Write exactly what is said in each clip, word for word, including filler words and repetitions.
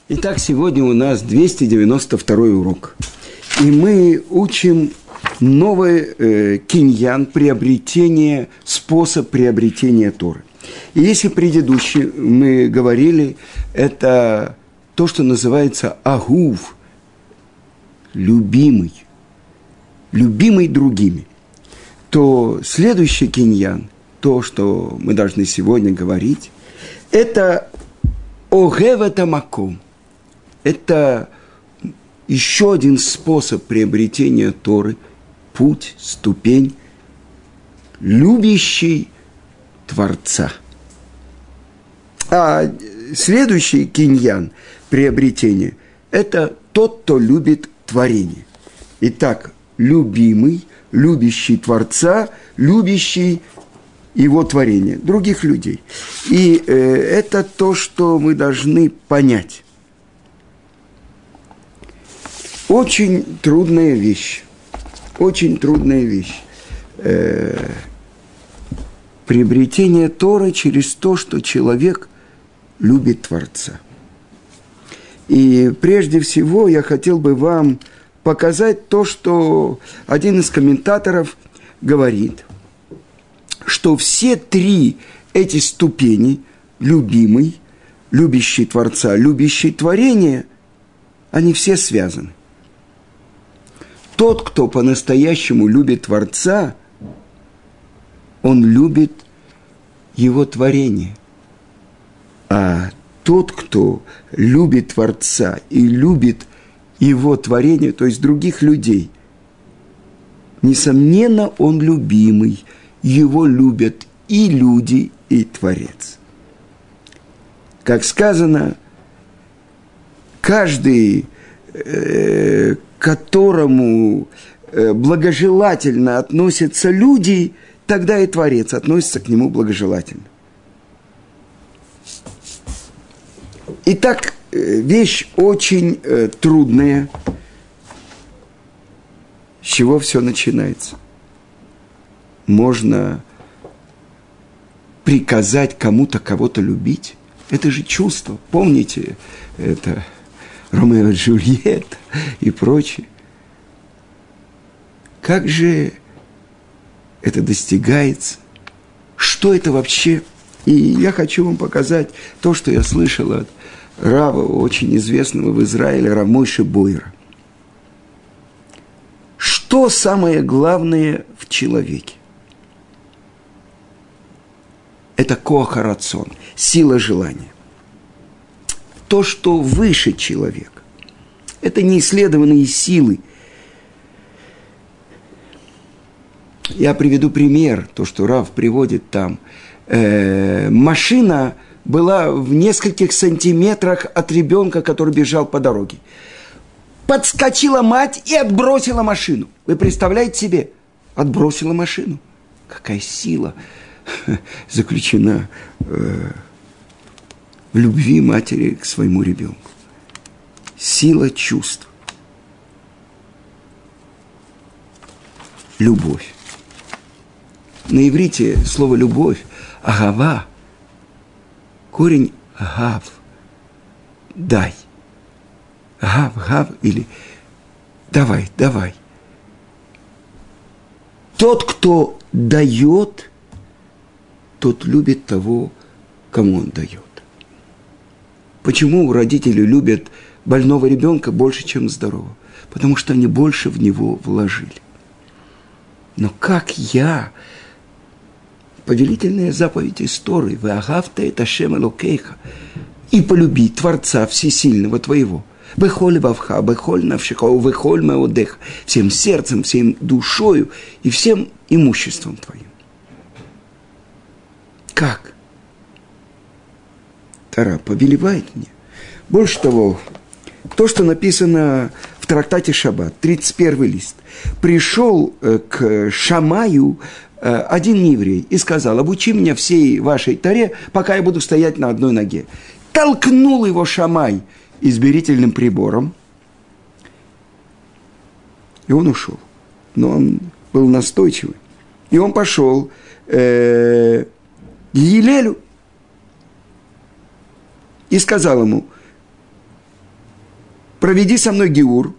Итак, сегодня у нас двести девяносто второй урок. И мы учим новый э, киньян, приобретение, способ приобретения Торы. И если предыдущий мы говорили, это то, что называется агув, любимый, любимый другими, то следующий киньян, то, что мы должны сегодня говорить, это огевата маком. Это еще один способ приобретения Торы, путь, ступень, любящий Творца. А следующий киньян приобретения – это тот, кто любит творение. Итак, любимый, любящий Творца, любящий его творение, других людей. И э, это то, что мы должны понять. Очень трудная вещь, очень трудная вещь. Э, приобретение Торы через то, что человек любит Творца. И прежде всего я хотел бы вам показать то, что один из комментаторов говорит, что все три эти ступени, любимый, любящий Творца, любящий творение, они все связаны. Тот, кто по-настоящему любит Творца, он любит его творение. А тот, кто любит Творца и любит его творение, то есть других людей, несомненно, он любимый, его любят и люди, и Творец. Как сказано, каждый, э, которому э, благожелательно относятся люди, тогда и Творец относится к нему благожелательно. Итак, э, вещь очень э, трудная. С чего все начинается? Можно приказать кому-то кого-то любить. Это же чувство. Помните, это Ромео и Джульетта и прочее. Как же это достигается? Что это вообще? И я хочу вам показать то, что я слышал от рава, очень известного в Израиле, Рав Мойше Бойра. Что самое главное в человеке? Это коах рацон, сила желания. То, что выше человека. Это неисследованные силы. Я приведу пример, то, что Рав приводит там. Э, машина была в нескольких сантиметрах от ребенка, который бежал по дороге. Подскочила мать и отбросила машину. Вы представляете себе? Отбросила машину. Какая сила заключена э, в любви матери к своему ребенку. Сила чувств. Любовь. На иврите слово «любовь» – агава. Корень «гав» – «дай». Гав, гав или «давай, давай». Тот, кто дает, тот любит того, кому он дает. Почему родители любят больного ребенка больше, чем здорового? Потому что они больше в него вложили. Но как я, повелительная заповедь из Торы, «Веагавта эт Ашем Элокейха», и полюби Творца Всесильного твоего, «Бехоль вавха, бехоль навшиха, бехоль меодеха», всем сердцем, всем душою и всем имуществом твоим. Как? Тора повелевает мне. Больше того, то, что написано в трактате Шаббат, тридцать первый лист. Пришел к Шамаю один нееврей и сказал: обучи меня всей вашей Торе, пока я буду стоять на одной ноге. Толкнул его Шамай измерительным прибором, и он ушел. Но он был настойчивый. И он пошел э, к Елелю и сказал ему: проведи со мной гиур,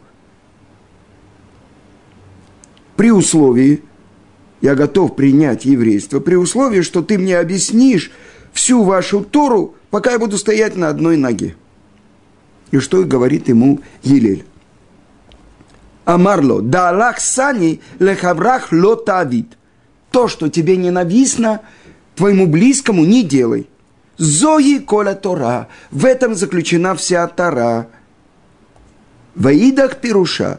при условии, я готов принять еврейство, при условии, что ты мне объяснишь всю вашу Тору, пока я буду стоять на одной ноге. И что говорит ему Гилель? Амарло, да Аллах сани лехаврах ло тавид. То, что тебе ненавистно, твоему близкому не делай. Зои коля Тора. В этом заключена вся Тора. Ваидах пируша.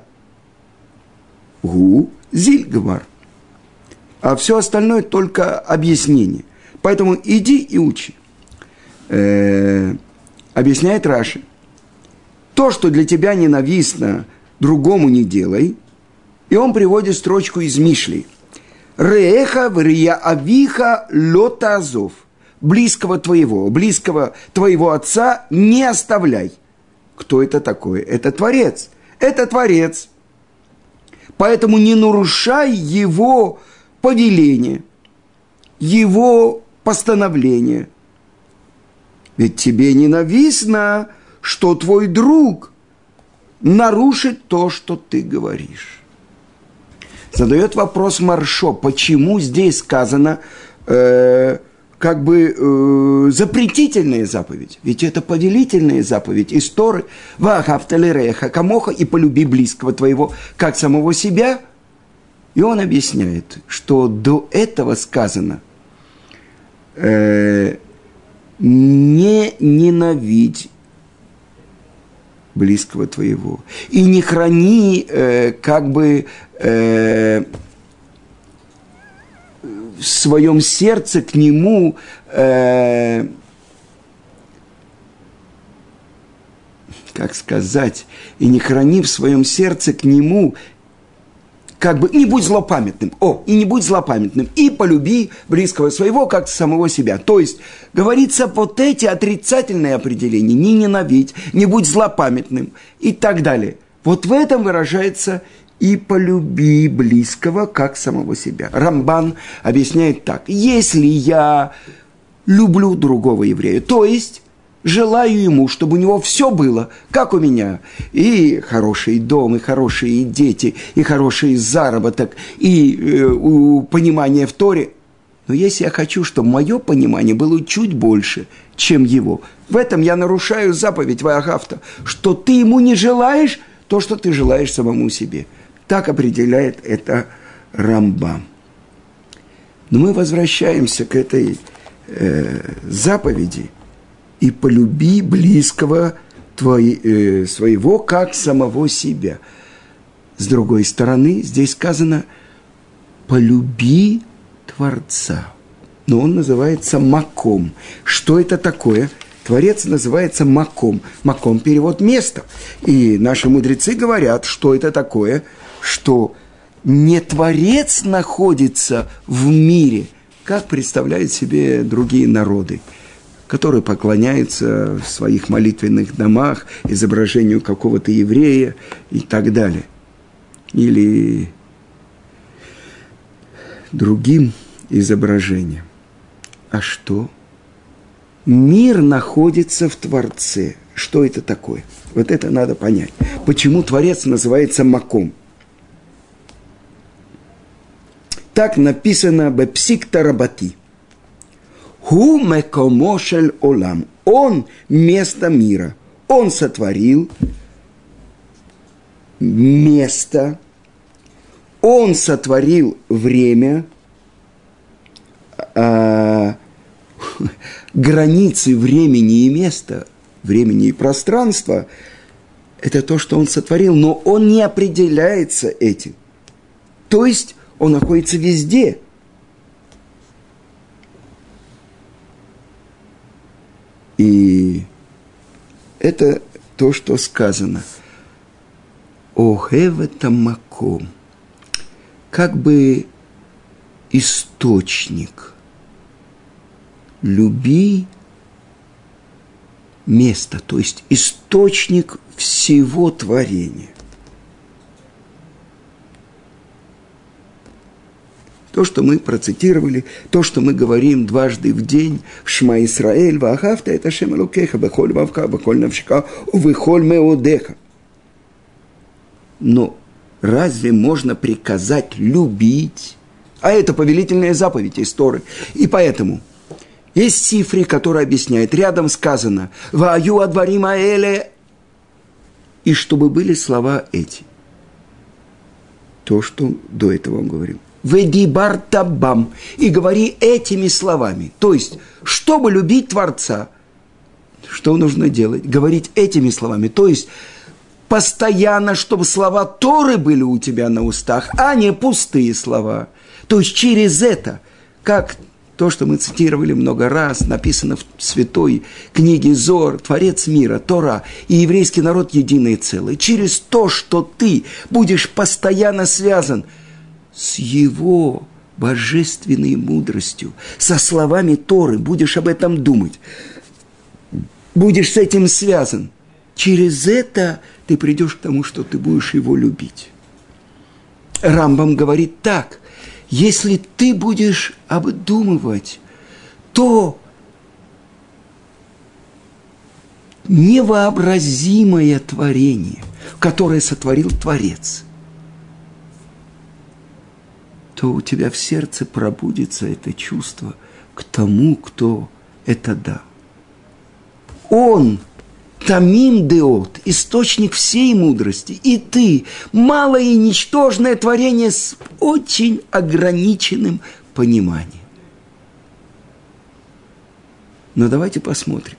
Гу зильгвар. А все остальное только объяснение. Поэтому иди и учи. Э-э- объясняет Раши. То, что для тебя ненавистно, другому не делай. И он приводит строчку из Мишли. Реэха врия авиха лота азов. Близкого твоего, близкого твоего отца не оставляй. Кто это такой? Это Творец. Это Творец. Поэтому не нарушай его повеление, его постановление. Ведь тебе ненавистно, что твой друг нарушит то, что ты говоришь. Задает вопрос Маршо, почему здесь сказано э, как бы э, запретительная заповедь? Ведь это повелительная заповедь из Торы. «Ваахавта лиреха камоха» и «полюби близкого твоего, как самого себя». И он объясняет, что до этого сказано э, «не ненавидь близкого твоего, и не храни э, как бы э, в своем сердце к нему э, как сказать, и не храни в своем сердце к нему как бы, не будь злопамятным, о, и не будь злопамятным, и полюби близкого своего, как самого себя». То есть, говорится вот эти отрицательные определения, не ненавидь, не будь злопамятным и так далее. Вот в этом выражается «и полюби близкого, как самого себя». Рамбан объясняет так: если я люблю другого еврея, то есть желаю ему, чтобы у него все было, как у меня. И хороший дом, и хорошие дети, и хороший заработок, и э, у, понимание в Торе. Но если я хочу, чтобы мое понимание было чуть больше, чем его, в этом я нарушаю заповедь Ваахавта, что ты ему не желаешь то, что ты желаешь самому себе. Так определяет это Рамбам. Но мы возвращаемся к этой э, заповеди. «И полюби близкого твои, э, своего, как самого себя». С другой стороны, здесь сказано «полюби Творца». Но он называется Маком. Что это такое? Творец называется Маком. Маком – перевод «место». И наши мудрецы говорят, что это такое, что не Творец находится в мире, как представляют себе другие народы, которые поклоняются в своих молитвенных домах изображению какого-то еврея и так далее. Или другим изображениям. А что? Мир находится в Творце. Что это такое? Вот это надо понять. Почему Творец называется Маком? Так написано «Бепсикта рабати». Ху мекомошель олам. Он место мира. Он сотворил место. Он сотворил время. А, границы времени и места, времени и пространства – это то, что он сотворил, но он не определяется этим. То есть он находится везде. И это то, что сказано. Охевета маком. Как бы источник. Люби место, то есть источник всего творения. То, что мы процитировали, то, что мы говорим дважды в день в Шма Исраэль, «Ваахавта эт Ашем Элокеха бехоль вавка, бехоль навшика, увехоль меодеха». Но разве можно приказать любить? А это повелительная заповедь из Торы. И поэтому есть Сифри, который объясняет, рядом сказано «Ваю адварим аэле», и чтобы были слова эти. То, что до этого он говорил. «Ведибар табам», и говори этими словами. То есть, чтобы любить Творца, что нужно делать? Говорить этими словами. То есть, постоянно, чтобы слова Торы были у тебя на устах, а не пустые слова. То есть, через это, как то, что мы цитировали много раз, написано в святой книге Зоар, Творец мира, Тора и еврейский народ единое целое. Через то, что ты будешь постоянно связан с его божественной мудростью, со словами Торы, будешь об этом думать, будешь с этим связан. Через это ты придешь к тому, что ты будешь его любить. Рамбам говорит так: если ты будешь обдумывать то невообразимое творение, которое сотворил Творец, то у тебя в сердце пробудится это чувство к тому, кто это дал. Он тамим деот, источник всей мудрости, и ты, малое и ничтожное творение с очень ограниченным пониманием. Но давайте посмотрим.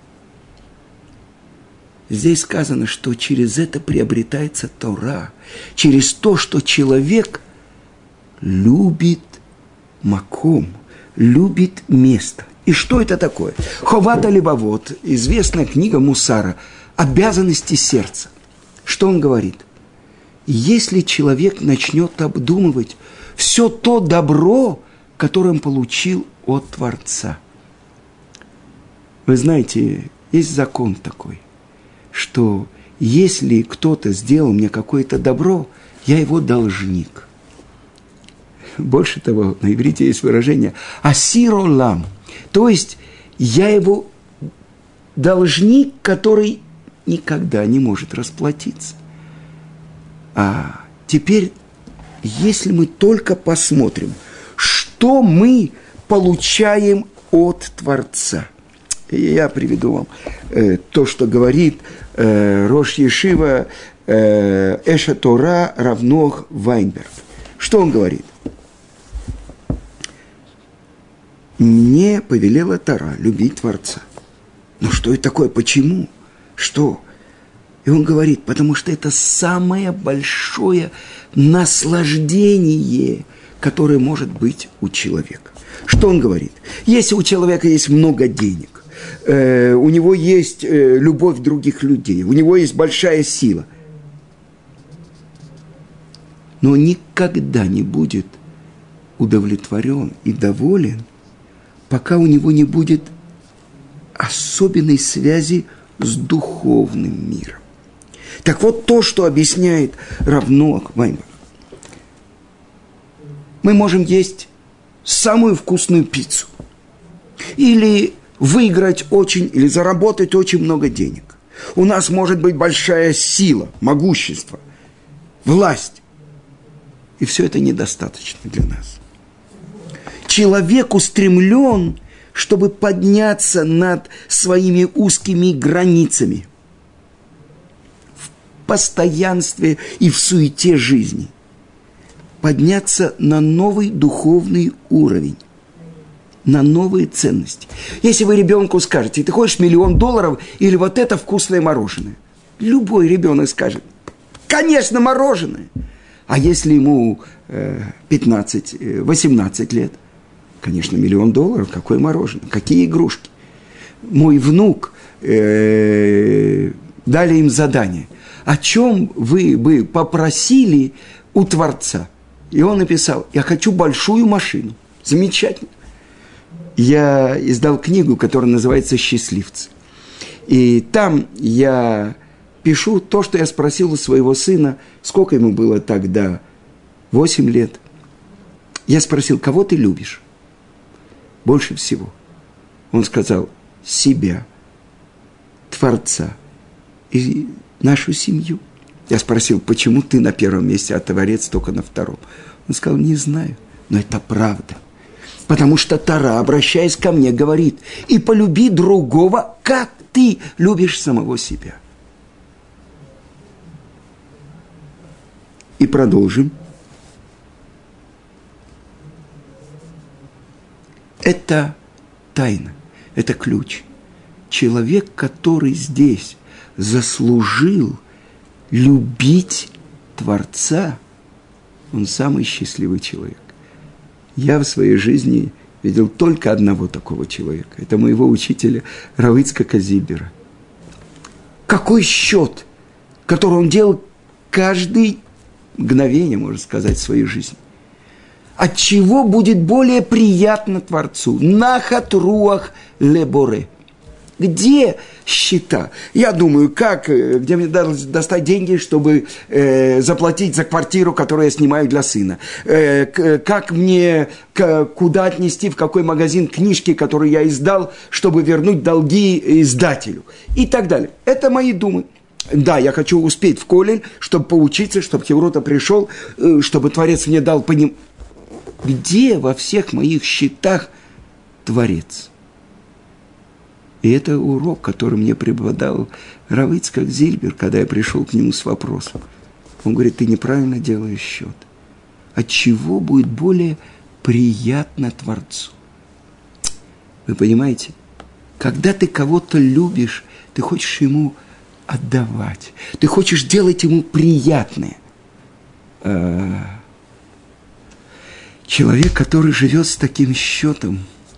Здесь сказано, что через это приобретается Тора, через то, что человек любит маком, любит место. И что это такое? Ховат алибавот, известная книга Мусара, обязанности сердца. Что он говорит? Если человек начнет обдумывать все то добро, которое он получил от Творца. Вы знаете, есть закон такой, что если кто-то сделал мне какое-то добро, я его должник. Больше того, на иврите есть выражение «асир олам». То есть, я его должник, который никогда не может расплатиться. А теперь, если мы только посмотрим, что мы получаем от Творца. Я приведу вам э, то, что говорит э, Рош Ешива э, Эша Тора Рав Ноах Вайнберг. Что он говорит? Мне повелела Тора любить Творца. Ну что это такое? Почему? Что? И он говорит, потому что это самое большое наслаждение, которое может быть у человека. Что он говорит? Если у человека есть много денег, э, у него есть э, любовь других людей, у него есть большая сила, но он никогда не будет удовлетворен и доволен, пока у него не будет особенной связи с духовным миром. Так вот, то, что объясняет Рав Ноах Вайнберг. Мы можем есть самую вкусную пиццу. Или выиграть очень, или заработать очень много денег. У нас может быть большая сила, могущество, власть. И все это недостаточно для нас. Человек устремлен, чтобы подняться над своими узкими границами в постоянстве и в суете жизни. Подняться на новый духовный уровень, на новые ценности. Если вы ребенку скажете, ты хочешь миллион долларов или вот это вкусное мороженое? Любой ребенок скажет, конечно, мороженое. А если ему пятнадцать-восемнадцать лет? Конечно, миллион долларов, какое мороженое, какие игрушки. Мой внук, э, дали им задание. О чем вы бы попросили у Творца? И он написал, я хочу большую машину. Замечательно. Я издал книгу, которая называется «Счастливцы». И там я пишу то, что я спросил у своего сына, сколько ему было тогда, восемь лет. Я спросил, кого ты любишь? Больше всего. Он сказал, себя, Творца и нашу семью. Я спросил, почему ты на первом месте, а Творец только на втором? Он сказал, не знаю, но это правда. Потому что Тора, обращаясь ко мне, говорит, и полюби другого, как ты любишь самого себя. И продолжим. Это тайна, это ключ. Человек, который здесь заслужил любить Творца, он самый счастливый человек. Я в своей жизни видел только одного такого человека. Это моего учителя Рав Ицхака Зильбера. Какой счет, который он делал каждое мгновение, можно сказать, своей жизни. От чего будет более приятно Творцу? Нахат руах леборе. Где счета? Я думаю, как, где мне достать деньги, чтобы э, заплатить за квартиру, которую я снимаю для сына? Э, как мне, к, куда отнести, в какой магазин книжки, которые я издал, чтобы вернуть долги издателю? И так далее. Это мои думы. Да, я хочу успеть в колледж, чтобы поучиться, чтобы Хеврота пришел, э, чтобы Творец мне дал понимание. Где во всех моих счетах Творец? И это урок, который мне преподал Рав Ицхак Зильбер, когда я пришел к нему с вопросом. Он говорит, ты неправильно делаешь счет. От чего будет более приятно Творцу? Вы понимаете? Когда ты кого-то любишь, ты хочешь ему отдавать. Ты хочешь делать ему приятное. Человек, который живет с таким счетом,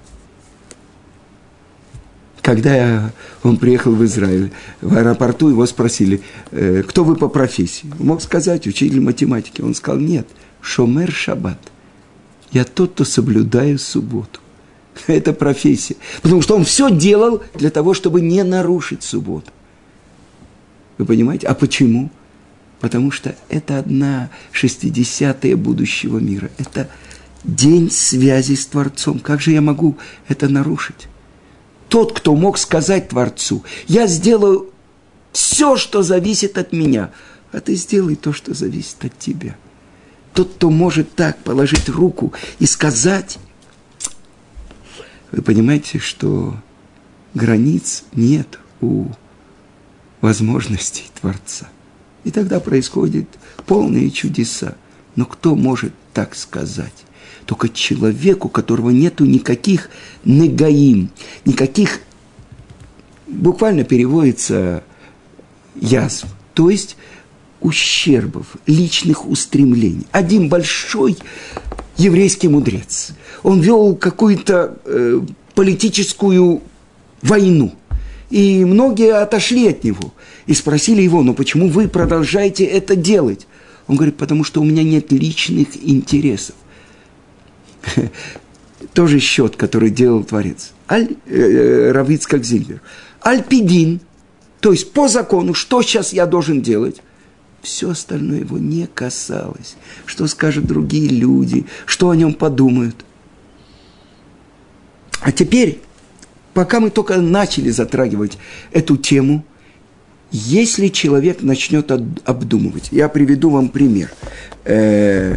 когда он приехал в Израиль, в аэропорту его спросили, кто вы по профессии? Он мог сказать, учитель математики. Он сказал, нет, шомер шаббат. Я тот, кто соблюдаю субботу. Это профессия. Потому что он все делал для того, чтобы не нарушить субботу. Вы понимаете? А почему? Потому что это одна шестидесятая будущего мира. Это день связи с Творцом. Как же я могу это нарушить? Тот, кто мог сказать Творцу, я сделаю все, что зависит от меня, а ты сделай то, что зависит от тебя. Тот, кто может так положить руку и сказать, вы понимаете, что границ нет у возможностей Творца. И тогда происходят полные чудеса. Но кто может так сказать? Только человек, у которого нету никаких негаим, никаких, буквально переводится язв, то есть ущербов, личных устремлений. Один большой еврейский мудрец, он вел какую-то э, политическую войну, и многие отошли от него и спросили его, ну почему вы продолжаете это делать? Он говорит, потому что у меня нет личных интересов. Тоже счет, который делал Творец. Аль, э, Рав Ицхак Зильбер. Аль-Пидин, то есть по закону, что сейчас я должен делать? Все остальное его не касалось. Что скажут другие люди, что о нем подумают. А теперь, пока мы только начали затрагивать эту тему, если человек начнет обдумывать, я приведу вам пример. Э,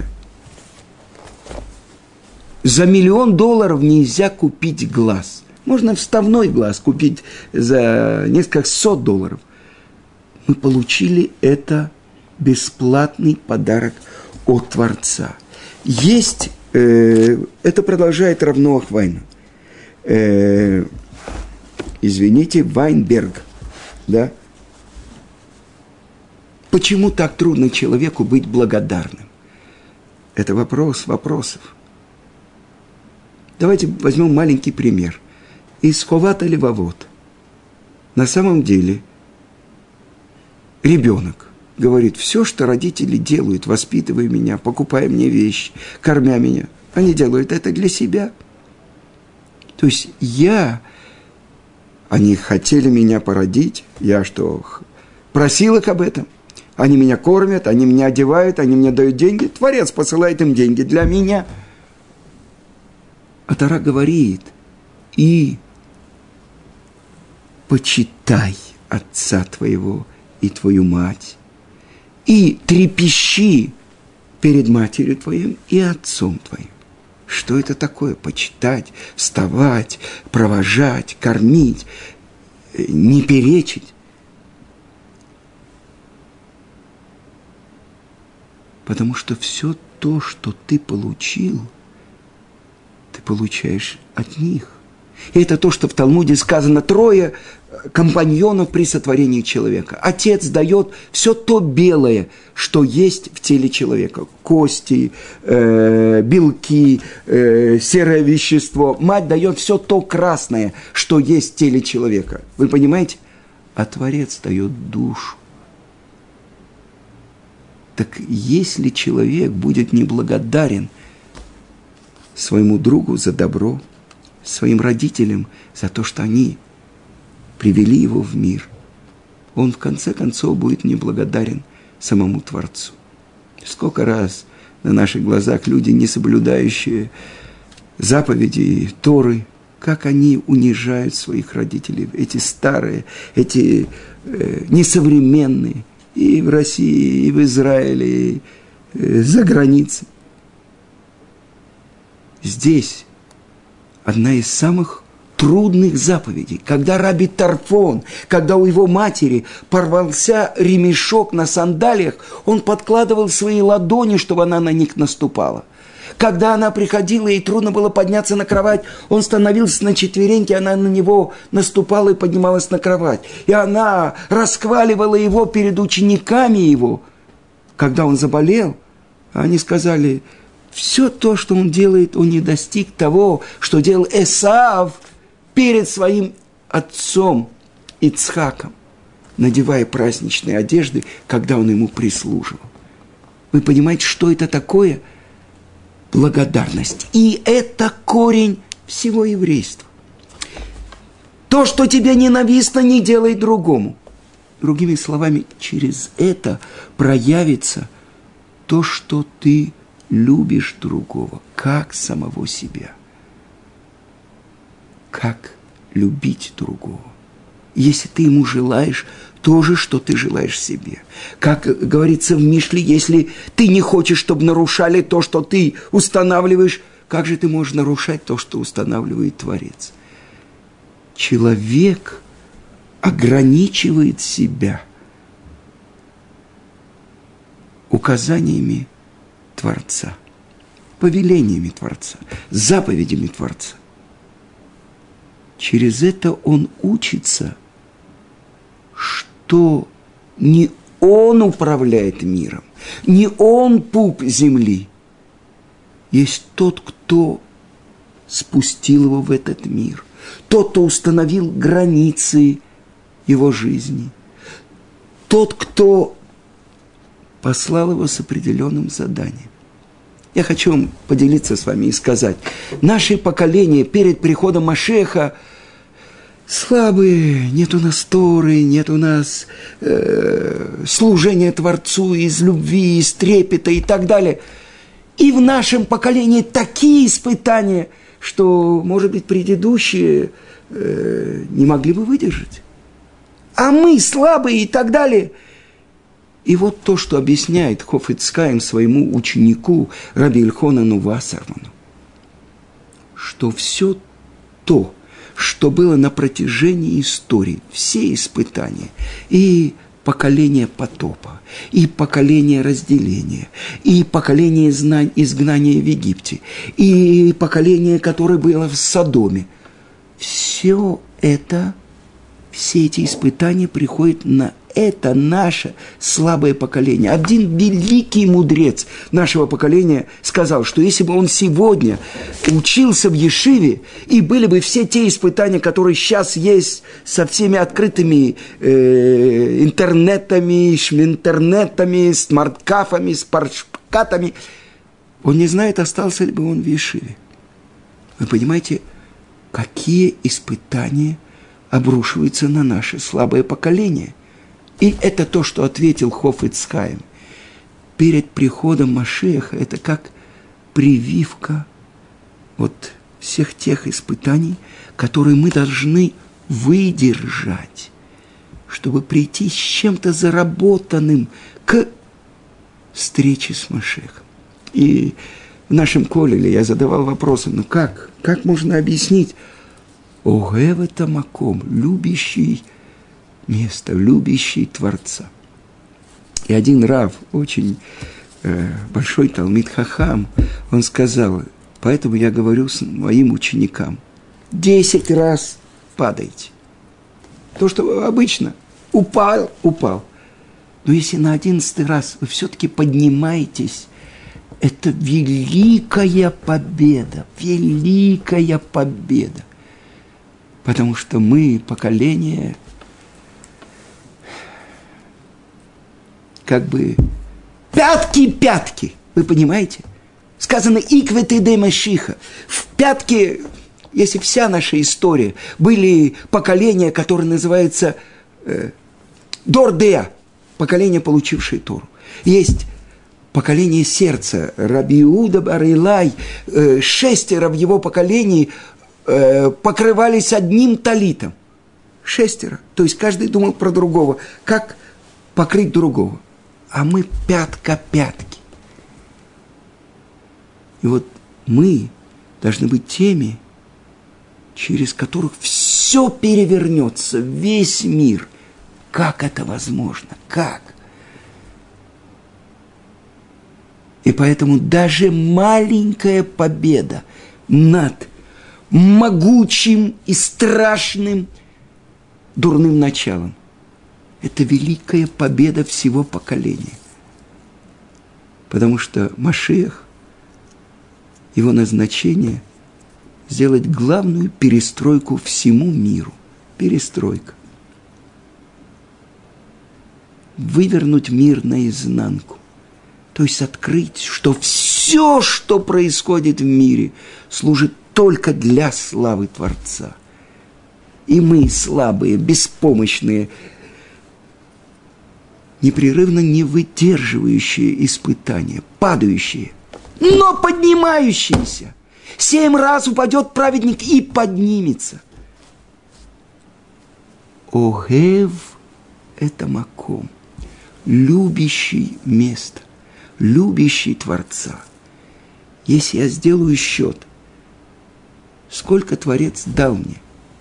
За миллион долларов нельзя купить глаз. Можно вставной глаз купить за несколько сот долларов. Мы получили это бесплатный подарок от Творца. Есть, э, это продолжает Рав Ноах Вайна. Э, извините, Вайнберг. Да? Почему так трудно человеку быть благодарным? Это вопрос вопросов. Давайте возьмем маленький пример. Из Ховат Левавот. На самом деле, ребенок говорит, все, что родители делают, воспитывая меня, покупая мне вещи, кормя меня, они делают это для себя. То есть я, они хотели меня породить, я что, просил их об этом? Они меня кормят, они меня одевают, они мне дают деньги. Творец посылает им деньги для меня. А Тора говорит, и почитай отца твоего и твою мать, и трепещи перед матерью твоим и отцом твоим. Что это такое? Почитать, вставать, провожать, кормить, не перечить. Потому что все то, что ты получил, ты получаешь от них. И это то, что в Талмуде сказано: трое компаньонов при сотворении человека. Отец дает все то белое, что есть в теле человека. Кости, э, белки, э, серое вещество. Мать дает все то красное, что есть в теле человека. Вы понимаете? А Творец дает душу. Так если человек будет неблагодарен своему другу за добро, своим родителям за то, что они привели его в мир, он в конце концов будет неблагодарен самому Творцу. Сколько раз на наших глазах люди, не соблюдающие заповеди Торы, как они унижают своих родителей, эти старые, эти э, несовременные, и в России, и в Израиле, и э, за границей. Здесь одна из самых трудных заповедей, когда Раби Тарфон, когда у его матери порвался ремешок на сандалиях, он подкладывал свои ладони, чтобы она на них наступала. Когда она приходила, ей трудно было подняться на кровать, он становился на четвереньки, она на него наступала и поднималась на кровать. И она расхваливала его перед учениками его. Когда он заболел, они сказали: все то, что он делает, он не достиг того, что делал Эсав перед своим отцом Ицхаком, надевая праздничные одежды, когда он ему прислуживал. Вы понимаете, что это такое? Благодарность. И это корень всего еврейства. То, что тебе ненавистно, не делай другому. Другими словами, через это проявится то, что ты любишь другого, как самого себя. Как любить другого. Если ты ему желаешь то же, что ты желаешь себе. Как говорится в Мишле, если ты не хочешь, чтобы нарушали то, что ты устанавливаешь, как же ты можешь нарушать то, что устанавливает Творец? Человек ограничивает себя указаниями Творца, повелениями Творца, заповедями Творца. Через это он учится, что не он управляет миром, не он пуп земли. Есть тот, кто спустил его в этот мир, тот, кто установил границы его жизни, тот, кто послал его с определенным заданием. Я хочу вам поделиться с вами и сказать, наше поколение перед приходом Машеха слабые, нет у нас Торы, нет у нас э, служения Творцу из любви, из трепета и так далее. И в нашем поколении такие испытания, что, может быть, предыдущие э, не могли бы выдержать. А мы слабые и так далее. И вот то, что объясняет Хафец Хаим своему ученику Раби Эльхонану Вассерману, что все то, что было на протяжении истории, все испытания, и поколение потопа, и поколение разделения, и поколение изгнания в Египте, и поколение, которое было в Содоме, все это, все эти испытания приходят на это наше слабое поколение. Один великий мудрец нашего поколения сказал, что если бы он сегодня учился в Ешиве, и были бы все те испытания, которые сейчас есть со всеми открытыми э, интернетами, шминтернетами, смарткафами, спаршкатами, он не знает, остался ли бы он в Ешиве. Вы понимаете, какие испытания обрушиваются на наше слабое поколение? И это то, что ответил Хафец Хаим. Перед приходом Машеха это как прививка вот всех тех испытаний, которые мы должны выдержать, чтобы прийти с чем-то заработанным к встречи с Машехом. И в нашем коллеле я задавал вопросы, ну как, как можно объяснить? Огев это маком, любящий место, любящий Творца. И один рав, очень э, большой талмид хахам, он сказал, поэтому я говорю с моим ученикам, десять раз падайте. То, что обычно, упал, упал. Но если на одиннадцатый раз вы все-таки поднимаетесь, это великая победа, великая победа. Потому что мы, поколение, как бы пятки-пятки, вы понимаете? Сказано «икветы де Машиха». В пятке, если вся наша история, были поколения, которые называются э, Дордея, поколение, получившее Тору. Есть поколение сердца, Раби Иуда бар Илай, э, шестеро в его поколении э, покрывались одним талитом. Шестеро. То есть каждый думал про другого, как покрыть другого. А мы пятка-пятки. И вот мы должны быть теми, через которых все перевернется, весь мир. Как это возможно? Как? И поэтому даже маленькая победа над могучим и страшным дурным началом – это великая победа всего поколения. Потому что Машиах, его назначение – сделать главную перестройку всему миру. Перестройка. Вывернуть мир наизнанку. То есть открыть, что все, что происходит в мире, служит только для славы Творца. И мы, слабые, беспомощные, непрерывно не выдерживающие испытания, падающие, но поднимающиеся. Семь раз упадет праведник и поднимется. Огев – это маком, любящий место, любящий Творца. Если я сделаю счет, сколько Творец дал мне,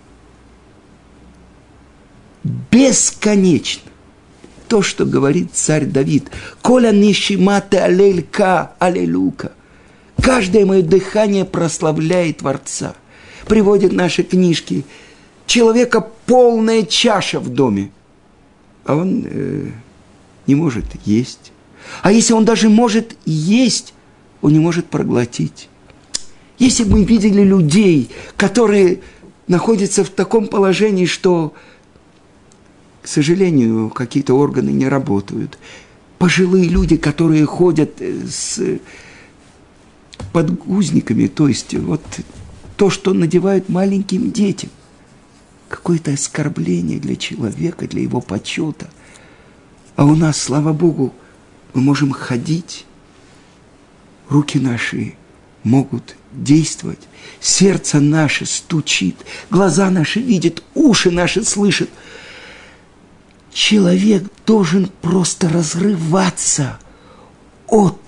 бесконечно. То, что говорит царь Давид. «Коля нишимате алелька, аллилуйка». Каждое мое дыхание прославляет Творца. Приводит наши книжки. Человека полная чаша в доме. А он э, не может есть. А если он даже может есть, он не может проглотить. Если бы мы видели людей, которые находятся в таком положении, что, к сожалению, какие-то органы не работают. Пожилые люди, которые ходят с подгузниками, то есть вот то, что надевают маленьким детям. Какое-то оскорбление для человека, для его почета. А у нас, слава Богу, мы можем ходить, руки наши могут действовать, сердце наше стучит, глаза наши видят, уши наши слышат. Человек должен просто разрываться от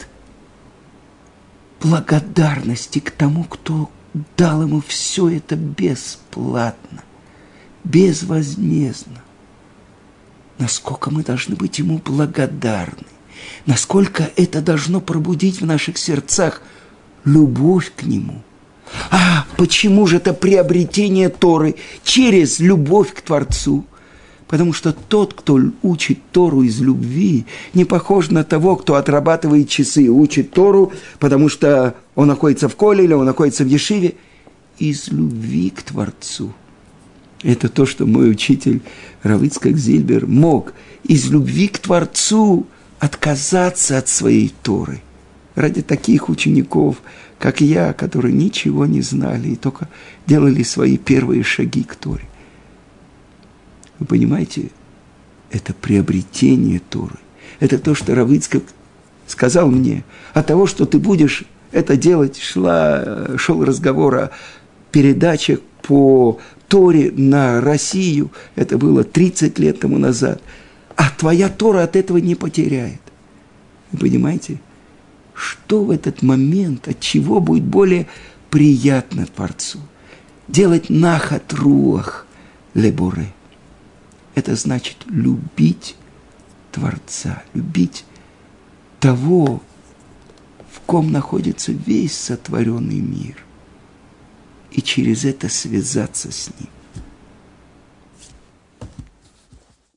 благодарности к тому, кто дал ему все это бесплатно, безвозмездно. Насколько мы должны быть ему благодарны, насколько это должно пробудить в наших сердцах любовь к нему. А почему же это приобретение Торы через любовь к Творцу? Потому что тот, кто учит Тору из любви, не похож на того, кто отрабатывает часы и учит Тору, потому что он находится в коле или он находится в ешиве, из любви к Творцу. Это то, что мой учитель Рав Ицхак Зильбер мог из любви к Творцу отказаться от своей Торы. Ради таких учеников, как я, которые ничего не знали и только делали свои первые шаги к Торе. Вы понимаете, это приобретение Торы. Это то, что Рав Ицхак сказал мне. От того, что ты будешь это делать, шла, шел разговор о передачах по Торе на Россию. Это было тридцать лет тому назад. А твоя Тора от этого не потеряет. Вы понимаете, что в этот момент, от чего будет более приятно Творцу? Делать нахат руах леборе. Это значит любить Творца, любить того, в ком находится весь сотворенный мир. И через это связаться с ним.